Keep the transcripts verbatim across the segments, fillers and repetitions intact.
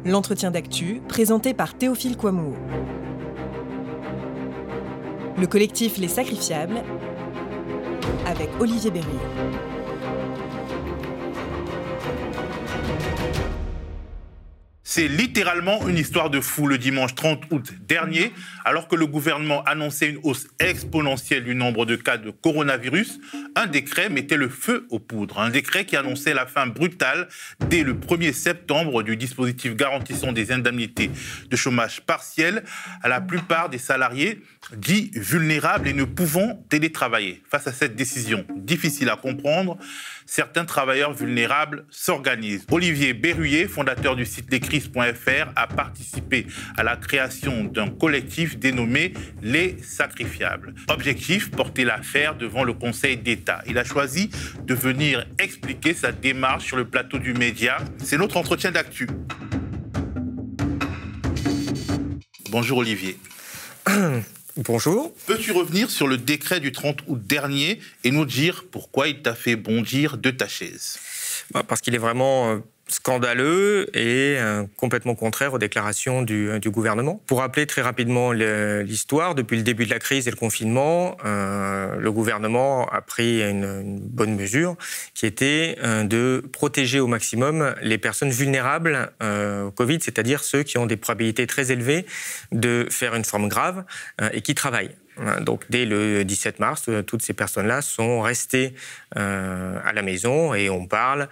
L'entretien d'actu, présenté par Théophile Kouamouo. Le collectif Les Sacrifiables, avec Olivier Berruyer. C'est littéralement une histoire de fou le dimanche trente août dernier, alors que le gouvernement annonçait une hausse exponentielle du nombre de cas de coronavirus. Un décret mettait le feu aux poudres. Un décret qui annonçait la fin brutale dès le premier septembre du dispositif garantissant des indemnités de chômage partiel à la plupart des salariés dits vulnérables et ne pouvant télétravailler. Face à cette décision difficile à comprendre, certains travailleurs vulnérables s'organisent. Olivier Berruyer, fondateur du site lescrises point f r, a participé à la création d'un collectif dénommé Les Sacrifiables. Objectif, porter l'affaire devant le Conseil d'État. Il a choisi de venir expliquer sa démarche sur le plateau du Média. C'est notre entretien d'actu. Bonjour Olivier. Bonjour. Peux-tu revenir sur le décret du trente août dernier et nous dire pourquoi il t'a fait bondir de ta chaise ? Bah parce qu'il est vraiment scandaleux et euh, complètement contraire aux déclarations du, du gouvernement. Pour rappeler très rapidement le, l'histoire, depuis le début de la crise et le confinement, euh, le gouvernement a pris une, une bonne mesure qui était euh, de protéger au maximum les personnes vulnérables euh, au Covid, c'est-à-dire ceux qui ont des probabilités très élevées de faire une forme grave euh, et qui travaillent. Donc, dès le dix-sept mars, toutes ces personnes-là sont restées euh, à la maison et on parle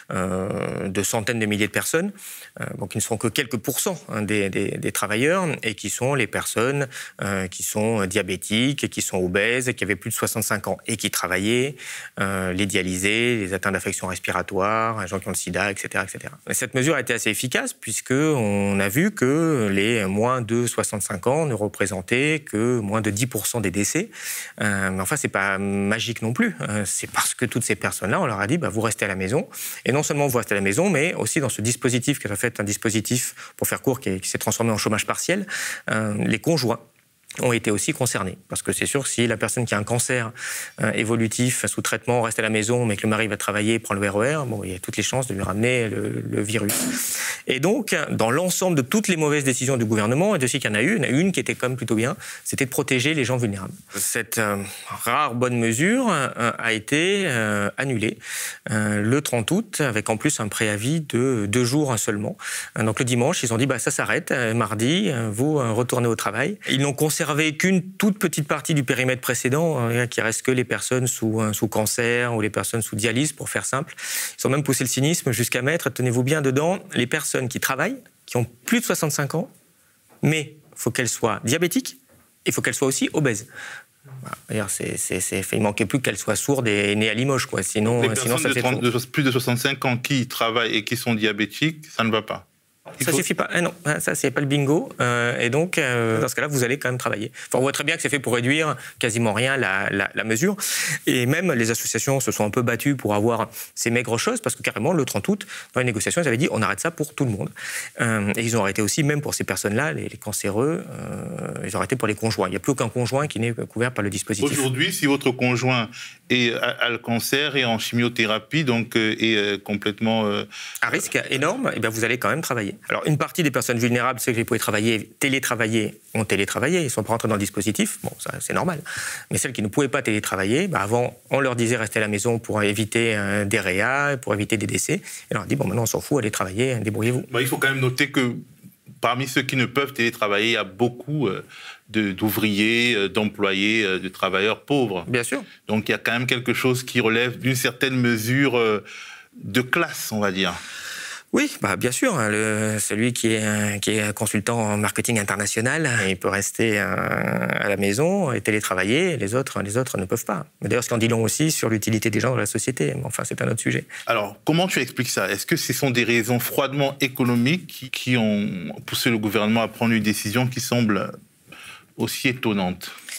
euh, de centaines de milliers de personnes, euh, donc qui ne seront que quelques pourcents hein, des, des, des travailleurs et qui sont les personnes euh, qui sont diabétiques, qui sont obèses, qui avaient plus de soixante-cinq ans et qui travaillaient, euh, les dialysés, les atteints d'affections respiratoires, les gens qui ont le sida, et cetera, et cetera. Et cette mesure a été assez efficace puisqu'on a vu que les moins de soixante-cinq ans ne représentaient que moins de dix pour cent des décès. Euh, mais enfin, c'est pas magique non plus. Euh, c'est parce que toutes ces personnes-là, on leur a dit, bah, vous restez à la maison. Et non seulement vous restez à la maison, mais aussi dans ce dispositif qui est en fait un dispositif, pour faire court, qui, qui s'est transformé en chômage partiel, euh, les conjoints ont été aussi concernés. Parce que c'est sûr que si la personne qui a un cancer euh, évolutif sous traitement reste à la maison, mais que le mari va travailler, prend le R E R, bon, il y a toutes les chances de lui ramener le, le virus. Et donc, dans l'ensemble de toutes les mauvaises décisions du gouvernement, et de ce qu'il y en a eu, il y en a une qui était quand même plutôt bien, c'était de protéger les gens vulnérables. Cette euh, rare bonne mesure euh, a été euh, annulée euh, le trente août, avec en plus un préavis de deux jours seulement. Donc le dimanche, ils ont dit, bah, ça s'arrête, mardi, vous retournez au travail. Ils n'ont conservé qu'une toute petite partie du périmètre précédent, hein, qui reste que les personnes sous, sous cancer ou les personnes sous dialyse, pour faire simple. Ils ont même poussé le cynisme jusqu'à mettre, tenez-vous bien dedans, les personnes qui travaillent, qui ont plus de soixante-cinq ans, mais il faut qu'elles soient diabétiques, il faut qu'elles soient aussi obèses. Voilà. C'est, c'est, c'est, il ne manquait plus qu'elles soient sourdes et nées à Limoges, quoi. Sinon, les sinon ça personnes fait de, trente, de plus de soixante-cinq ans qui travaillent et qui sont diabétiques, ça ne va pas. Ça ne suffit pas. Ah non, ça, c'est pas le bingo. Euh, et donc, euh, dans ce cas-là, vous allez quand même travailler. Enfin, on voit très bien que c'est fait pour réduire quasiment rien la, la, la mesure. Et même les associations se sont un peu battues pour avoir ces maigres choses, parce que carrément, le trente août, dans les négociations, ils avaient dit on arrête ça pour tout le monde. Euh, et ils ont arrêté aussi, même pour ces personnes-là, les, les cancéreux, euh, ils ont arrêté pour les conjoints. Il n'y a plus aucun conjoint qui n'est couvert par le dispositif. Aujourd'hui, si votre conjoint est, a, a le cancer et en chimiothérapie, donc euh, est euh, complètement... Euh... à risque énorme, et bien vous allez quand même travailler. Alors, une partie des personnes vulnérables, ceux qui pouvaient travailler, télétravailler, ont télétravaillé, ils ne sont pas rentrés dans le dispositif, bon, ça, c'est normal. Mais celles qui ne pouvaient pas télétravailler, bah avant, on leur disait rester à la maison pour éviter euh, des réas, pour éviter des décès. Et on leur dit, bon, maintenant, on s'en fout, allez travailler, débrouillez-vous. Bah, il faut quand même noter que parmi ceux qui ne peuvent télétravailler, il y a beaucoup euh, de, d'ouvriers, euh, d'employés, euh, de travailleurs pauvres. Bien sûr. Donc, il y a quand même quelque chose qui relève d'une certaine mesure euh, de classe, on va dire. Oui, bah bien sûr. Le, celui qui est, qui est consultant en marketing international, il peut rester à la maison et télétravailler. Les autres, les autres ne peuvent pas. D'ailleurs, ce qu'en dit long aussi sur l'utilité des gens dans la société. Enfin, c'est un autre sujet. Alors, comment tu expliques ça ? Est-ce que ce sont des raisons froidement économiques qui, qui ont poussé le gouvernement à prendre une décision qui semble aussi étonnante ?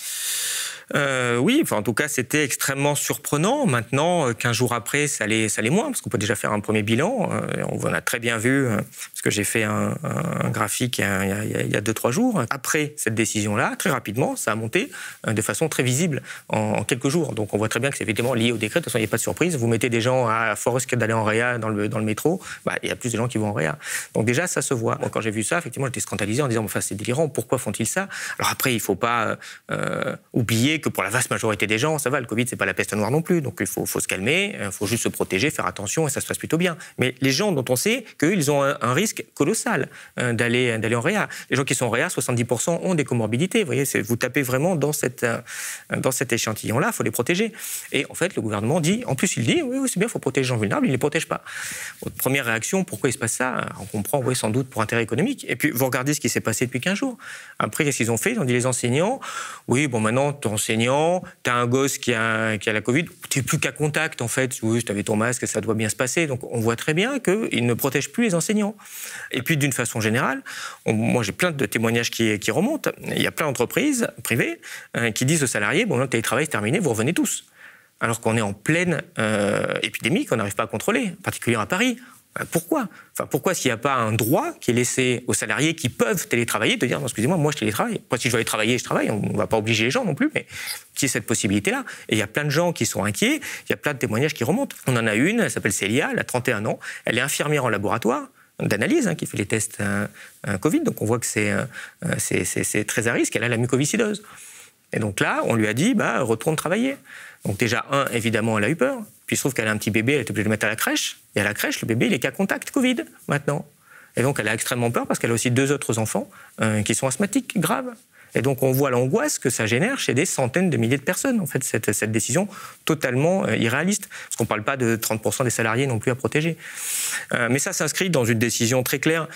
euh, Oui, enfin, en tout cas, c'était extrêmement surprenant. Maintenant, quinze jours après, ça allait, ça allait moins, parce qu'on peut déjà faire un premier bilan. On a très bien vu, parce que j'ai fait un, un graphique il y a deux trois jours. Après cette décision-là, très rapidement, ça a monté de façon très visible en, en quelques jours. Donc on voit très bien que c'est évidemment lié au décret. De toute façon, il n'y a pas de surprise. Vous mettez des gens à fort risque d'aller en réa dans le, dans le métro, bah, il y a plus de gens qui vont en réa. Donc déjà, ça se voit. Moi, quand j'ai vu ça, effectivement, j'étais scandalisé en disant enfin, c'est délirant, pourquoi font-ils ça? Alors après, il ne faut pas euh, oublier que pour la vaste majorité des gens, ça va, le Covid, c'est pas la peste noire non plus. Donc il faut, faut se calmer, il faut juste se protéger, faire attention, et ça se passe plutôt bien. Mais les gens dont on sait qu'ils ont un, un risque colossal euh, d'aller, d'aller en réa. Les gens qui sont en réa, soixante-dix pour cent ont des comorbidités. Vous voyez, vous tapez vraiment dans, cette, euh, dans cet échantillon-là, il faut les protéger. Et en fait, le gouvernement dit, en plus il dit, oui, oui c'est bien, il faut protéger les gens vulnérables, il ne les protège pas. Votre première réaction, pourquoi il se passe ça? On comprend, oui, sans doute pour intérêt économique. Et puis, vous regardez ce qui s'est passé depuis quinze jours. Après, qu'est-ce qu'ils ont fait? Ils ont dit, les enseignants, oui, bon, maintenant, tu es enseignant, tu as un gosse qui a, qui a la Covid, tu n'es plus qu'à contact, en fait. Oui, tu avais ton masque, ça doit bien se passer. Donc, on voit très bien qu'ils ne protègent plus les enseignants. Et puis, d'une façon générale, on, moi, j'ai plein de témoignages qui, qui remontent. Il y a plein d'entreprises privées euh, qui disent aux salariés, bon, le télétravail est terminé, vous revenez tous. Alors qu'on est en pleine euh, épidémie qu'on n'arrive pas à contrôler, en particulier à Paris. Pourquoi? Enfin, pourquoi s'il n'y a pas un droit qui est laissé aux salariés qui peuvent télétravailler, de dire, non, excusez-moi, moi je télétravaille. Moi, si je dois aller travailler, je travaille. On ne va pas obliger les gens non plus, mais qui est cette possibilité-là? Et il y a plein de gens qui sont inquiets, il y a plein de témoignages qui remontent. On en a une, elle s'appelle Célia, elle a trente et un ans, elle est infirmière en laboratoire d'analyse, hein, qui fait les tests euh, euh, Covid, donc on voit que c'est, euh, c'est, c'est, c'est très à risque, elle a la mucoviscidose. Et donc là, on lui a dit, bah, retourne travailler. Donc déjà, un, évidemment, elle a eu peur. Puis il se trouve qu'elle a un petit bébé, elle est obligée de le mettre à la crèche. Et à la crèche, le bébé, il est qu'à contact Covid, maintenant. Et donc elle a extrêmement peur parce qu'elle a aussi deux autres enfants euh, qui sont asthmatiques, graves. Et donc on voit l'angoisse que ça génère chez des centaines de milliers de personnes, en fait, cette, cette décision totalement euh, irréaliste. Parce qu'on ne parle pas de trente pour cent des salariés non plus à protéger. Euh, mais ça s'inscrit dans une décision très claire.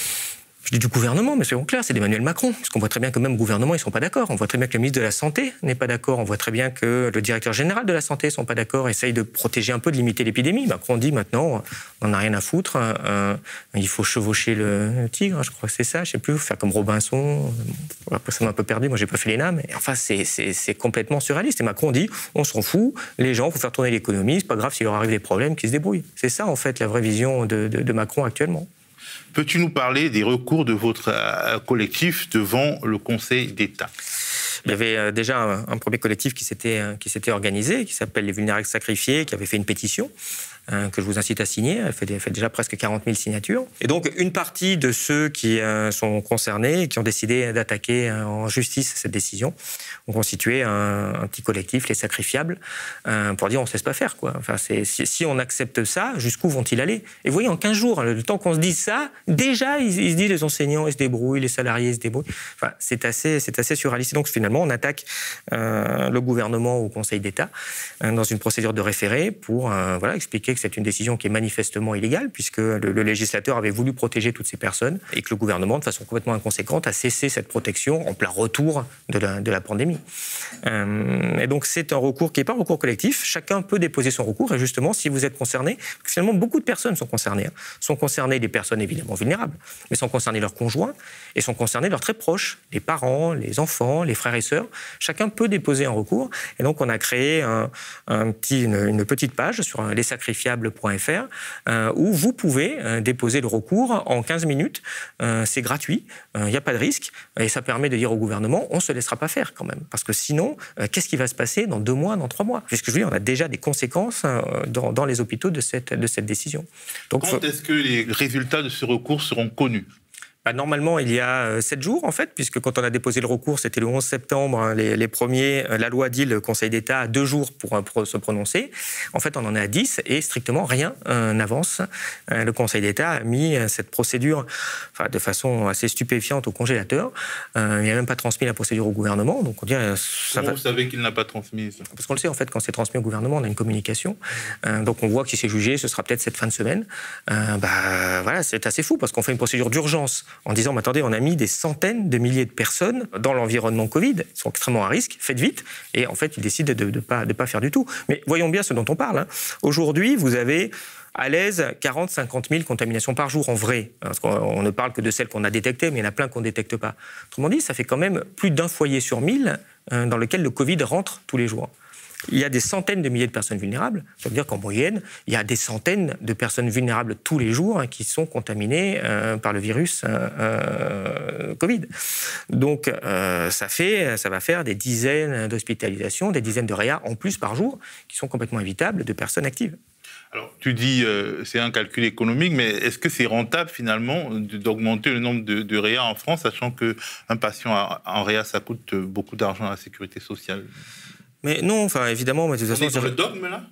Je dis du gouvernement, mais soyons clairs, c'est d'Emmanuel Macron. Parce qu'on voit très bien que même le gouvernement, ils ne sont pas d'accord. On voit très bien que le ministre de la Santé n'est pas d'accord. On voit très bien que le directeur général de la Santé ne sont pas d'accord, essaye de protéger un peu, de limiter l'épidémie. Macron dit maintenant, on n'en a rien à foutre, euh, il faut chevaucher le tigre, je crois que c'est ça, je ne sais plus, faire comme Robinson. Après, ça m'a un peu perdu, moi, je n'ai pas fait l'E N A, mais enfin, c'est, c'est, c'est complètement surréaliste. Et Macron dit, on s'en fout, les gens, il faut faire tourner l'économie, c'est pas grave s'il leur arrive des problèmes, qu'ils se débrouillent. C'est ça, en fait, la vraie vision de, de, de Macron actuellement. Peux-tu nous parler des recours de votre euh, collectif devant le Conseil d'État? Il y avait euh, déjà un, un premier collectif qui s'était, euh, qui s'était organisé, qui s'appelle Les Vulnérables Sacrifiés, qui avait fait une pétition euh, que je vous incite à signer. Elle fait, elle fait déjà presque quarante mille signatures. Et donc, une partie de ceux qui euh, sont concernés et qui ont décidé d'attaquer euh, en justice cette décision ont constitué un, un petit collectif, les Sacrifiables, euh, pour dire on ne se laisse pas faire, quoi. Enfin, c'est, si, si on accepte ça, jusqu'où vont-ils aller? Et vous voyez, en quinze jours, le temps qu'on se dise ça, déjà, ils, ils se disent les enseignants, ils se débrouillent, les salariés, ils se débrouillent. Enfin, c'est assez, c'est assez surréaliste. Donc, finalement, on attaque euh, le gouvernement au Conseil d'État euh, dans une procédure de référé pour euh, voilà, expliquer que c'est une décision qui est manifestement illégale, puisque le, le législateur avait voulu protéger toutes ces personnes et que le gouvernement, de façon complètement inconséquente, a cessé cette protection en plein retour de la, de la pandémie. Euh, et donc, c'est un recours qui n'est pas un recours collectif. Chacun peut déposer son recours. Et justement, si vous êtes concerné, finalement, beaucoup de personnes sont concernées. Hein. Sont concernées des personnes évidemment vulnérables, mais sont concernées leurs conjoints et sont concernés leurs très proches, les parents, les enfants, les frères et sœurs. Chacun peut déposer un recours. Et donc, on a créé un, un petit, une, une petite page sur les sacrifiables point f r euh, où vous pouvez euh, déposer le recours en quinze minutes. Euh, c'est gratuit, il euh, n'y a pas de risque. Et ça permet de dire au gouvernement, on ne se laissera pas faire quand même. Parce que sinon, euh, qu'est-ce qui va se passer dans deux mois, dans trois mois? Puisque je veux dire, on a déjà des conséquences euh, dans, dans les hôpitaux de cette, de cette décision. Donc, Quand faut... est-ce que les résultats de ce recours seront connus? Bah, normalement, il y a sept jours, en fait, puisque quand on a déposé le recours, c'était le onze septembre, hein, les, les premiers, la loi dit le Conseil d'État a deux jours pour, pour se prononcer. En fait, on en est à dix et strictement rien euh, n'avance. Euh, le Conseil d'État a mis euh, cette procédure enfin, de façon assez stupéfiante au congélateur. Euh, il n'a même pas transmis la procédure au gouvernement. Donc on dit, euh, ça Comment va... vous savez qu'il n'a pas transmis? Parce qu'on le sait, en fait, quand c'est transmis au gouvernement, on a une communication. Euh, donc on voit que si c'est jugé, ce sera peut-être cette fin de semaine. Euh, bah, voilà, c'est assez fou parce qu'on fait une procédure d'urgence en disant, mais attendez, on a mis des centaines de milliers de personnes dans l'environnement Covid, ils sont extrêmement à risque, faites vite, et en fait, ils décident de ne pas, de pas faire du tout. Mais voyons bien ce dont on parle. Hein. Aujourd'hui, vous avez À l'aise, quarante à cinquante mille contaminations par jour en vrai. Parce qu'on ne parle que de celles qu'on a détectées, mais il y en a plein qu'on ne détecte pas. Autrement dit, ça fait quand même plus d'un foyer sur mille dans lequel le Covid rentre tous les jours. Il y a des centaines de milliers de personnes vulnérables. Ça veut dire qu'en moyenne, il y a des centaines de personnes vulnérables tous les jours hein, qui sont contaminées euh, par le virus euh, euh, Covid. Donc, euh, ça, fait, ça va faire des dizaines d'hospitalisations, des dizaines de réa en plus par jour, qui sont complètement évitables de personnes actives. Alors, tu dis euh, c'est un calcul économique, mais est-ce que c'est rentable finalement d'augmenter le nombre de, de réa en France, sachant qu'un patient en réa, ça coûte beaucoup d'argent à la sécurité sociale? Mais non, enfin, évidemment... Mais de toute façon, on est dans le dogme, là?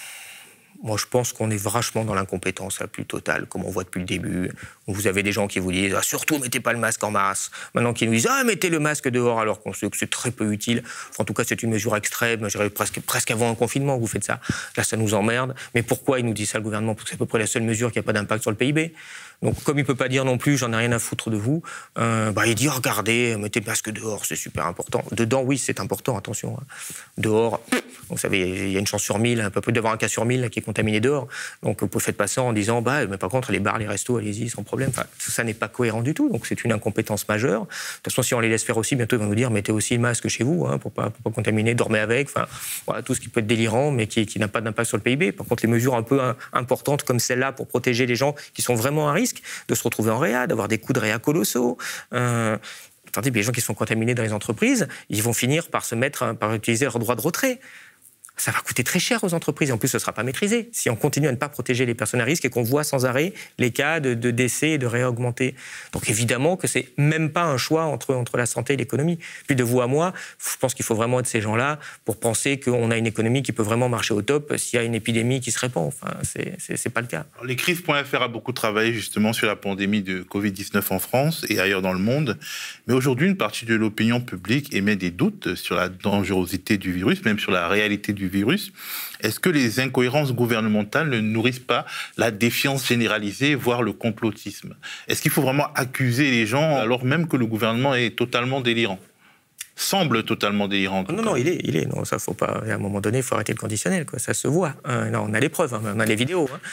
Moi, je pense qu'on est vachement dans l'incompétence la plus totale, comme on voit depuis le début. Où vous avez des gens qui vous disent ah, « surtout, mettez pas le masque en masse ». Maintenant, qui nous disent « ah, mettez le masque dehors », alors qu'on sait que c'est très peu utile. Enfin, en tout cas, c'est une mesure extrême. Je dirais presque, presque avant un confinement que vous faites ça. Là, ça nous emmerde. Mais pourquoi il nous dit ça, le gouvernement? Parce que c'est à peu près la seule mesure qui n'a pas d'impact sur le P I B. Donc, comme il ne peut pas dire non plus « j'en ai rien à foutre de vous euh, », bah, il dit oh, « regardez, mettez le masque dehors, c'est super important ». Dedans, oui, c'est important, attention. Hein. Dehors, vous savez, il y a une chance sur mille, un peu plus d'avoir un cas sur mille qui est contaminé dehors. Donc, vous ne faites pas ça en disant bah, « mais par contre, les bars, les restos, allez-y, sans problème ». Enfin, tout ça n'est pas cohérent du tout, donc c'est une incompétence majeure. De toute façon, si on les laisse faire aussi, bientôt ils vont nous dire « mettez aussi le masque chez vous hein, pour ne pas, pour pas contaminer, dormez avec ». Enfin, voilà, tout ce qui peut être délirant, mais qui, qui n'a pas d'impact sur le P I B. Par contre, les mesures un peu importantes comme celle-là pour protéger les gens qui sont vraiment à risque de se retrouver en réa, d'avoir des coûts de réa colossaux. Euh, attendez, les gens qui sont contaminés dans les entreprises, ils vont finir par se mettre, par utiliser leur droit de retrait. Ça va coûter très cher aux entreprises et en plus, ce ne sera pas maîtrisé. Si on continue à ne pas protéger les personnes à risque et qu'on voit sans arrêt les cas de, de décès et de réa augmenter. Donc évidemment que ce n'est même pas un choix entre, entre la santé et l'économie. Puis de vous à moi, je pense qu'il faut vraiment être ces gens-là pour penser qu'on a une économie qui peut vraiment marcher au top s'il y a une épidémie qui se répand. Enfin, ce n'est pas le cas. Les crises point F R a beaucoup travaillé justement sur la pandémie de Covid dix-neuf en France et ailleurs dans le monde. Mais aujourd'hui, une partie de l'opinion publique émet des doutes sur la dangerosité du virus, même sur la réalité du virus. Est-ce que les incohérences gouvernementales ne nourrissent pas la défiance généralisée, voire le complotisme? Est-ce qu'il faut vraiment accuser les gens alors même que le gouvernement est totalement délirant? Semble totalement délirant. Non, non, il est, il est. Non, ça faut pas. À un moment donné, il faut arrêter le conditionnel, quoi. Ça se voit. Euh, là, on a les preuves, hein, on a les vidéos. Hein.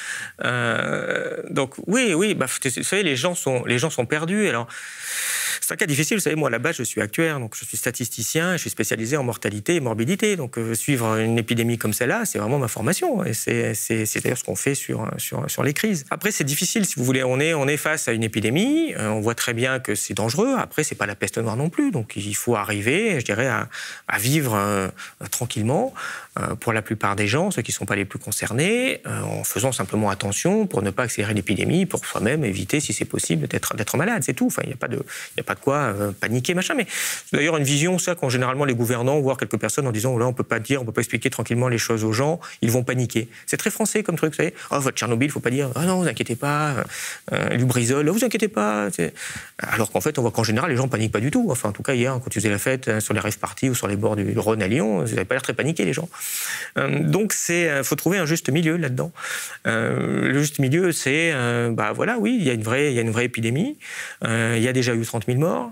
Euh, donc oui, oui. Bah, vous savez, les gens sont, les gens sont perdus. Alors. C'est un cas difficile, vous savez, moi, à la base, je suis actuaire, donc je suis statisticien, je suis spécialisé en mortalité et morbidité. Donc, euh, suivre une épidémie comme celle-là, c'est vraiment ma formation. Et c'est, c'est, c'est d'ailleurs ce qu'on fait sur, sur, sur les crises. Après, c'est difficile, si vous voulez. On est, on est face à une épidémie, euh, on voit très bien que c'est dangereux. Après, c'est pas la peste noire non plus. Donc, il faut arriver, je dirais, à, à vivre euh, tranquillement, euh, pour la plupart des gens, ceux qui ne sont pas les plus concernés, euh, en faisant simplement attention pour ne pas accélérer l'épidémie, pour soi-même éviter, si c'est possible, d'être, d'être malade. C'est tout. Enfin, il n'y a pas de... Y a pas de quoi euh, paniquer, machin. Mais c'est d'ailleurs une vision, ça, quand généralement les gouvernants, voire quelques personnes, en disant oh là, on ne peut pas dire, on ne peut pas expliquer tranquillement les choses aux gens, ils vont paniquer. C'est très français comme truc, vous savez. Oh, votre Tchernobyl, il ne faut pas dire ah oh, non, vous inquiétez pas. Euh, Lubrizol, vous inquiétez pas. C'est... Alors qu'en fait, on voit qu'en général, les gens ne paniquent pas du tout. Enfin, en tout cas, hier, quand tu faisais la fête euh, sur les rave parties ou sur les bords du Rhône à Lyon, vous n'avez pas l'air très paniqués, les gens. Euh, donc, il euh, faut trouver un juste milieu là-dedans. Euh, le juste milieu, c'est, euh, bah voilà, oui, il y a une vraie, il y a une vraie épidémie. Euh, il y a déjà eu trente mille morts.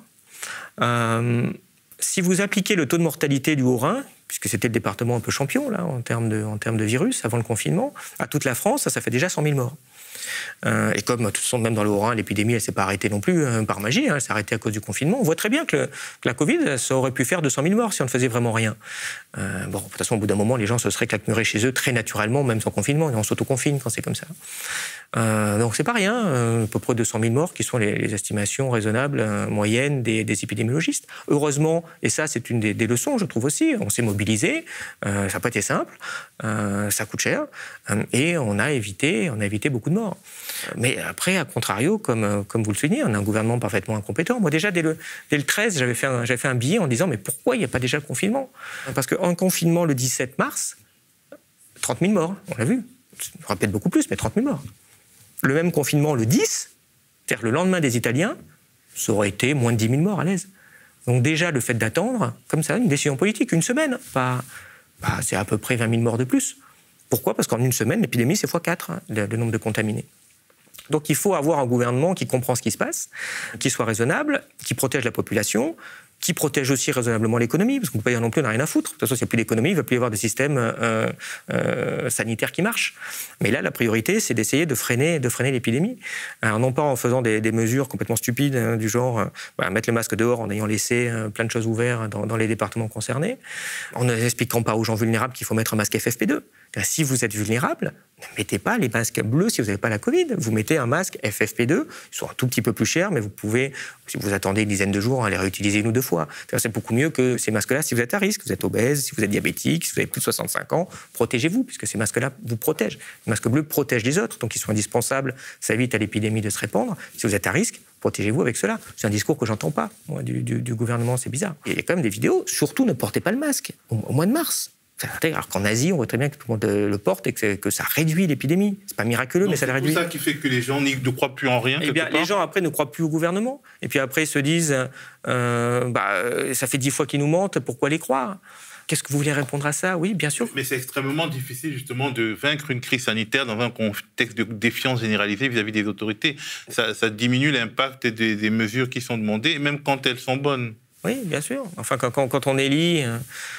Euh, si vous appliquez le taux de mortalité du Haut-Rhin, puisque c'était le département un peu champion là, en termes de, en termes de virus avant le confinement, à toute la France, ça, ça fait déjà cent mille morts. Euh, et comme, de toute façon, même dans le Haut-Rhin, l'épidémie, elle ne s'est pas arrêtée non plus hein, par magie, hein, elle s'est arrêtée à cause du confinement. On voit très bien que, le, que la Covid, ça aurait pu faire deux cent mille morts si on ne faisait vraiment rien. Euh, bon, de toute façon, au bout d'un moment, les gens se seraient claquemurés chez eux très naturellement, même sans confinement, et on s'auto-confine quand c'est comme ça. Euh, donc c'est pas rien, euh, à peu près deux cent mille morts qui sont les, les estimations raisonnables, euh, moyennes des, des épidémiologistes. Heureusement, et ça c'est une des, des leçons, je trouve aussi, on s'est mobilisé, euh, ça n'a pas été simple, euh, ça coûte cher, euh, et on a évité, on a évité beaucoup de morts. Mais après, à contrario, comme, comme vous le soulignez, on a un gouvernement parfaitement incompétent. Moi déjà, dès le, dès le treize, j'avais fait, un, j'avais fait un billet en disant mais pourquoi il n'y a pas déjà le confinement? Parce qu'en confinement le dix-sept mars, trente mille morts, on l'a vu. On aura peut-être beaucoup plus, mais trente mille morts. Le même confinement le dix, c'est-à-dire le lendemain des Italiens, ça aurait été moins de dix mille morts à l'aise. Donc déjà, le fait d'attendre, comme ça, une décision politique, une semaine, pas, bah, c'est à peu près vingt mille morts de plus. Pourquoi? Parce qu'en une semaine, l'épidémie, c'est fois quatre, hein, le, le nombre de contaminés. Donc il faut avoir un gouvernement qui comprend ce qui se passe, qui soit raisonnable, qui protège la population, qui protège aussi raisonnablement l'économie, parce qu'on ne peut pas dire non plus on n'a rien à foutre. De toute façon, s'il n'y a plus d'économie, il ne va plus y avoir de système euh, euh, sanitaire qui marche. Mais là, la priorité, c'est d'essayer de freiner, de freiner l'épidémie. Alors, non pas en faisant des, des mesures complètement stupides, hein, du genre euh, bah, mettre le masque dehors en ayant laissé euh, plein de choses ouvertes dans, dans les départements concernés, en n'expliquant pas aux gens vulnérables qu'il faut mettre un masque F F P deux. Si vous êtes vulnérable, ne mettez pas les masques bleus si vous n'avez pas la Covid. Vous mettez un masque F F P deux, ils sont un tout petit peu plus chers, mais vous pouvez, si vous attendez une dizaine de jours, hein, les réutiliser une ou deux fois. C'est beaucoup mieux que ces masques-là si vous êtes à risque, vous êtes obèse, si vous êtes diabétique, si vous avez plus de soixante-cinq ans, protégez-vous, puisque ces masques-là vous protègent. Les masques bleus protègent les autres, donc ils sont indispensables, ça évite à l'épidémie de se répandre. Si vous êtes à risque, protégez-vous avec cela. C'est un discours que j'entends pas, moi, du, du, du gouvernement, c'est bizarre. Il y a quand même des vidéos, surtout ne portez pas le masque, au, au mois de mars. Alors qu'en Asie, on voit très bien que tout le monde le porte et que, que ça réduit l'épidémie. C'est pas miraculeux, non, mais ça la réduit. C'est tout ça qui fait que les gens ne croient plus en rien. Eh bien, les gens après ne croient plus au gouvernement. Et puis après, ils se disent, euh, bah, ça fait dix fois qu'ils nous mentent, pourquoi les croire ? Qu'est-ce que vous voulez répondre à ça ? Oui, bien sûr. Mais c'est extrêmement difficile justement de vaincre une crise sanitaire dans un contexte de défiance généralisée vis-à-vis des autorités. Ça, ça diminue l'impact des, des mesures qui sont demandées, même quand elles sont bonnes. Oui, bien sûr. Enfin, quand, quand, quand on élit euh,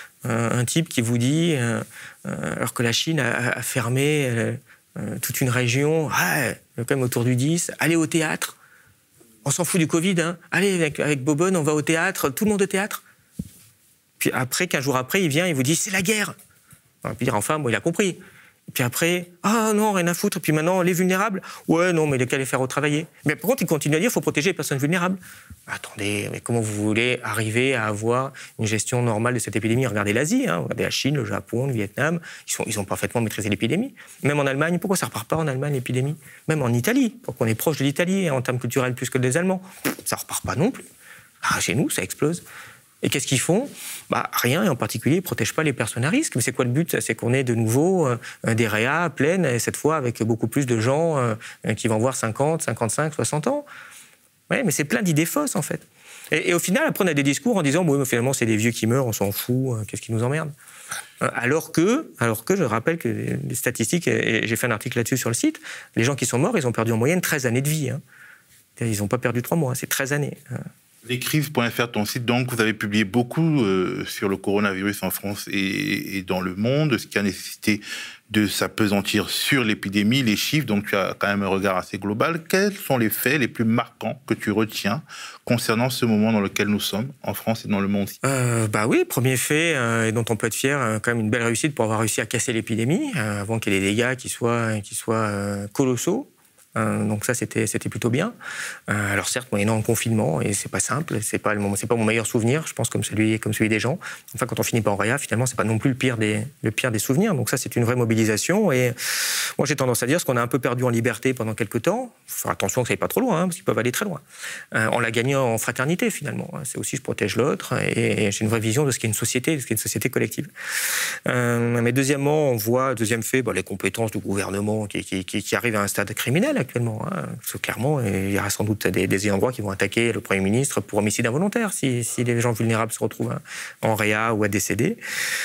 un type qui vous dit, euh, euh, alors que la Chine a, a fermé euh, euh, toute une région, ah, quand même autour du dix, allez au théâtre. On s'en fout du Covid, hein. Allez, avec, avec Bobonne, on va au théâtre, tout le monde au théâtre. Puis après, quinze jours après, il vient, il vous dit, c'est la guerre. On va dire, enfin, bon, il a compris. Et puis après, ah non, rien à foutre. Et puis maintenant, les vulnérables, ouais, non, mais lesquels les faire retravailler. Mais par contre, il continue à dire, il faut protéger les personnes vulnérables. Attendez, mais comment vous voulez arriver à avoir une gestion normale de cette épidémie ? Regardez l'Asie, hein, regardez la Chine, le Japon, le Vietnam, ils, sont, ils ont parfaitement maîtrisé l'épidémie. Même en Allemagne, pourquoi ça ne repart pas en Allemagne, l'épidémie ? Même en Italie, pourquoi on est proche de l'Italie, en termes culturels plus que des Allemands. Ça ne repart pas non plus. Ah, chez nous, ça explose. Et qu'est-ce qu'ils font ? Bah, rien, et en particulier, ils ne protègent pas les personnes à risque. Mais c'est quoi le but ? C'est qu'on ait de nouveau euh, des réas pleines, et cette fois avec beaucoup plus de gens euh, qui vont voir cinquante, cinquante-cinq, soixante ans. Ouais, mais c'est plein d'idées fausses, en fait. Et, et au final, après, on a des discours en disant bon, « finalement, c'est des vieux qui meurent, on s'en fout, euh, qu'est-ce qui nous emmerde ?» Alors que, alors que, je rappelle que les statistiques, et j'ai fait un article là-dessus sur le site, les gens qui sont morts, ils ont perdu en moyenne treize années de vie. Hein. Ils n'ont pas perdu trois mois, c'est treize années. Lescrises point F R, ton site, donc, vous avez publié beaucoup euh, sur le coronavirus en France et, et dans le monde, ce qui a nécessité de s'appesantir sur l'épidémie, les chiffres, donc tu as quand même un regard assez global. Quels sont les faits les plus marquants que tu retiens concernant ce moment dans lequel nous sommes, en France et dans le monde ? euh, Bah oui, premier fait, euh, et dont on peut être fier, euh, quand même une belle réussite pour avoir réussi à casser l'épidémie, euh, avant qu'il y ait des dégâts qui soient, qui soient euh, colossaux. Euh, donc ça, c'était, c'était plutôt bien. Euh, alors certes, moyennant le confinement, et c'est pas simple, c'est pas, le, c'est pas mon meilleur souvenir, je pense, comme celui, comme celui des gens. Enfin, quand on finit pas en réa, finalement, c'est pas non plus le pire des, le pire des souvenirs. Donc ça, c'est une vraie mobilisation. Et moi, j'ai tendance à dire ce qu'on a un peu perdu en liberté pendant quelques temps. Faut faire attention que ça aille pas trop loin, hein, parce qu'ils peuvent aller très loin. Euh, on l'a gagné en fraternité, finalement. C'est aussi, je protège l'autre, et, et j'ai une vraie vision de ce qu'est une société, de ce qu'est une société collective. Euh, mais deuxièmement, on voit, deuxième fait, bah, les compétences du gouvernement qui, qui, qui, qui arrivent à un stade criminel actuellement. Hein. Parce que clairement, il y aura sans doute des, des ayants droit qui vont attaquer le Premier ministre pour homicide involontaire si, si les gens vulnérables se retrouvent en réa ou à décéder.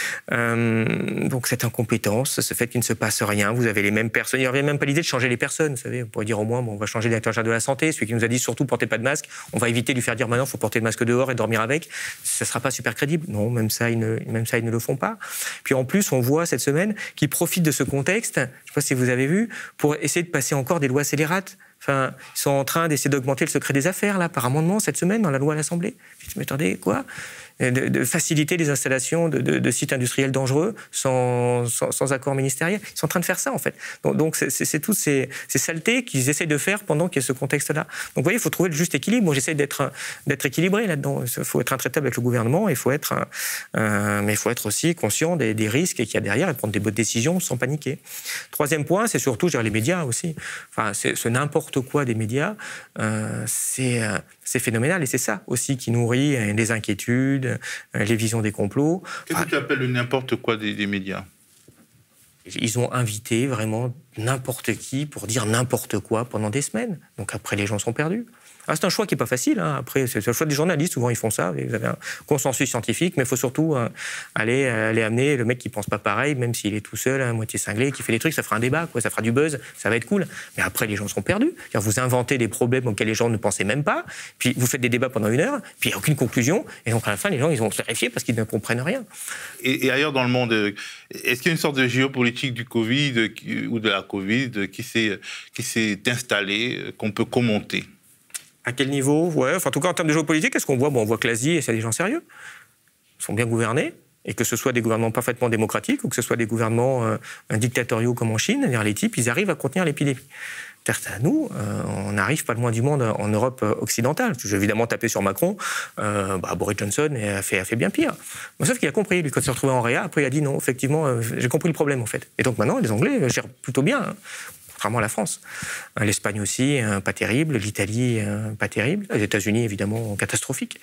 Euh, donc cette incompétence, ce fait qu'il ne se passe rien, vous avez les mêmes personnes. Il n'y aurait même pas l'idée de changer les personnes. Vous savez, on pourrait dire au moins, bon, on va changer le directeur général de la santé, celui qui nous a dit surtout portez pas de masque. On va éviter de lui faire dire maintenant, il faut porter le masque dehors et dormir avec. Ça ne sera pas super crédible. Non, même ça, ils ne, même ça, ils ne le font pas. Puis en plus, on voit cette semaine qu'ils profitent de ce contexte, je ne sais pas si vous avez vu, pour essayer de passer encore des lois scélérates. Enfin, ils sont en train d'essayer d'augmenter le secret des affaires, là, par amendement, cette semaine, dans la loi à l'Assemblée. Je me attendez, quoi ? de, de faciliter les installations de, de, de sites industriels dangereux sans, sans, sans accord ministériel. Ils sont en train de faire ça, en fait. Donc, donc c'est, c'est, c'est toutes ces, ces saletés qu'ils essayent de faire pendant qu'il y a ce contexte-là. Donc, vous voyez, il faut trouver le juste équilibre. Moi, j'essaie d'être, d'être équilibré là-dedans. Il faut être intraitable avec le gouvernement, il faut être, euh, mais il faut être aussi conscient des, des risques qu'il y a derrière et prendre des bonnes décisions sans paniquer. Troisième point, c'est surtout, je dirais, les médias aussi. Enfin, c'est, ce n'importe quoi des médias, euh, c'est, euh, c'est phénoménal. Et c'est ça aussi qui nourrit les inquiétudes, les visions des complots. Qu'est-ce que tu appelles le n'importe quoi des, des médias ? Ils ont invité vraiment n'importe qui pour dire n'importe quoi pendant des semaines. Donc après, les gens sont perdus. Ah, c'est un choix qui n'est pas facile. Hein. Après, c'est le choix des journalistes. Souvent, ils font ça. Vous avez un consensus scientifique, mais il faut surtout euh, aller, aller amener le mec qui ne pense pas pareil, même s'il est tout seul, à moitié cinglé, qui fait des trucs. Ça fera un débat, quoi. Ça fera du buzz. Ça va être cool. Mais après, les gens seront perdus. C'est-à-dire, vous inventez des problèmes auxquels les gens ne pensaient même pas. Puis vous faites des débats pendant une heure. Puis il n'y a aucune conclusion. Et donc, à la fin, les gens, ils vont se terrifier parce qu'ils ne comprennent rien. Et, et ailleurs dans le monde, est-ce qu'il y a une sorte de géopolitique du Covid qui, ou de la Covid qui s'est, qui s'est installée, qu'on peut commenter? À quel niveau? Ouais, enfin, en tout cas, en termes de géopolitique, est-ce qu'on voit? Bon, on voit que l'Asie, c'est des gens sérieux. Ils sont bien gouvernés. Et que ce soit des gouvernements parfaitement démocratiques ou que ce soit des gouvernements euh, dictatoriaux comme en Chine, les types, ils arrivent à contenir l'épidémie. C'est-à-dire à nous, euh, on n'arrive pas le moins du monde en Europe occidentale. Je vais évidemment taper sur Macron. Euh, bah, Boris Johnson a fait, a fait bien pire. Mais sauf qu'il a compris. Lui, quand il s'est retrouvé en réa, après, il a dit non, effectivement, euh, j'ai compris le problème, en fait. Et donc maintenant, les Anglais gèrent plutôt bien. Hein. Contrairement à la France. L'Espagne aussi, pas terrible. L'Italie, pas terrible. Les États-Unis, évidemment, catastrophique.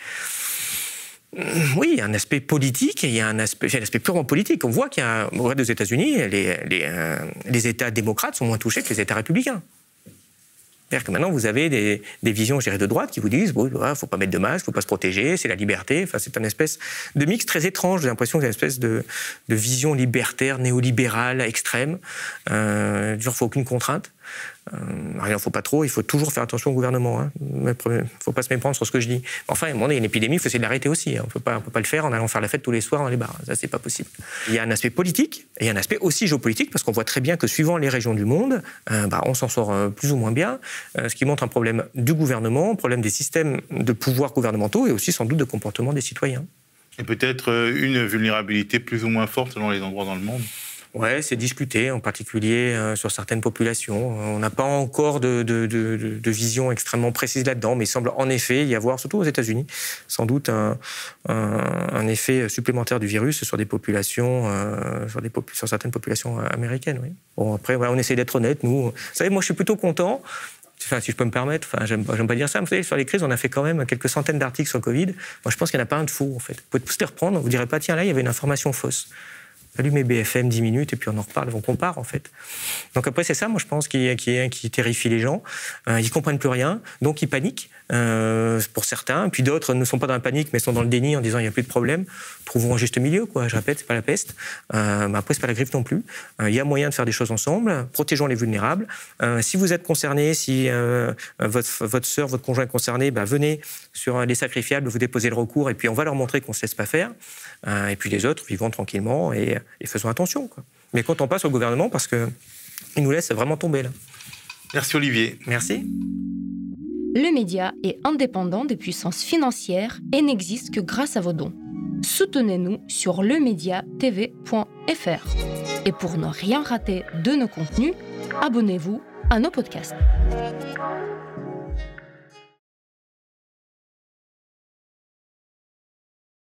Oui, il y a un aspect politique et il y a un aspect, un aspect purement politique. On voit qu'il y a, au reste des États-Unis, les, les, euh, les États démocrates sont moins touchés que les États républicains. C'est-à-dire que maintenant, vous avez des, des visions, je dirais, de droite qui vous disent bon, il ne faut pas mettre de masque, il ne faut pas se protéger, c'est la liberté. Enfin, c'est une espèce de mix très étrange. J'ai l'impression que c'est une espèce de, de vision libertaire, néolibérale, extrême. Euh, il ne faut aucune contrainte. Euh, il n'en faut pas trop, il faut toujours faire attention au gouvernement. Hein. Il ne faut pas se méprendre sur ce que je dis. Enfin, à un moment donné, il y a une épidémie, il faut essayer de l'arrêter aussi. Hein. On ne peut pas le faire en allant faire la fête tous les soirs dans les bars. Ça, c'est pas possible. Il y a un aspect politique et il y a un aspect aussi géopolitique, parce qu'on voit très bien que suivant les régions du monde, euh, bah, on s'en sort euh, plus ou moins bien, euh, ce qui montre un problème du gouvernement, un problème des systèmes de pouvoir gouvernementaux et aussi sans doute de comportement des citoyens. Et peut-être une vulnérabilité plus ou moins forte selon les endroits dans le monde. Ouais, c'est discuté, en particulier euh, sur certaines populations. On n'a pas encore de, de, de, de vision extrêmement précise là-dedans, mais il semble en effet y avoir, surtout aux États-Unis, sans doute un, un, un effet supplémentaire du virus sur des populations, euh, sur, des popu- sur certaines populations américaines. Oui. Bon, après, ouais, on essaie d'être honnête. Nous, vous savez, moi, je suis plutôt content. Enfin, si je peux me permettre, enfin, j'aime, j'aime pas dire ça, mais vous savez, sur les crises, on a fait quand même quelques centaines d'articles sur le Covid. Moi, je pense qu'il n'y en a pas un de faux, en fait. Vous pouvez tous les reprendre, vous ne direz pas, tiens, là, il y avait une information fausse. Allumez B F M dix minutes et puis on en reparle, on compare en fait. Donc après c'est ça, moi je pense, qui, qui, qui terrifie les gens. Euh, ils comprennent plus rien, donc ils paniquent euh, pour certains. Puis d'autres ne sont pas dans la panique mais sont dans le déni en disant il n'y a plus de problème. Trouvons un juste milieu, quoi. Je répète, c'est pas la peste. Euh, mais après c'est pas la grippe non plus. Il euh, y a moyen de faire des choses ensemble. Protégeons les vulnérables. Euh, si vous êtes concerné, si euh, votre votre sœur, votre conjoint est concerné, bah, venez sur les sacrifiables, vous déposez le recours et puis on va leur montrer qu'on ne se laisse pas faire. Euh, et puis les autres vivons tranquillement et Et faisons attention, quoi. Mais comptons pas sur le gouvernement parce qu'il nous laisse vraiment tomber, là. Merci, Olivier. Merci. Le média est indépendant des puissances financières et n'existe que grâce à vos dons. Soutenez-nous sur lemedia t v point f r. Et pour ne rien rater de nos contenus, abonnez-vous à nos podcasts.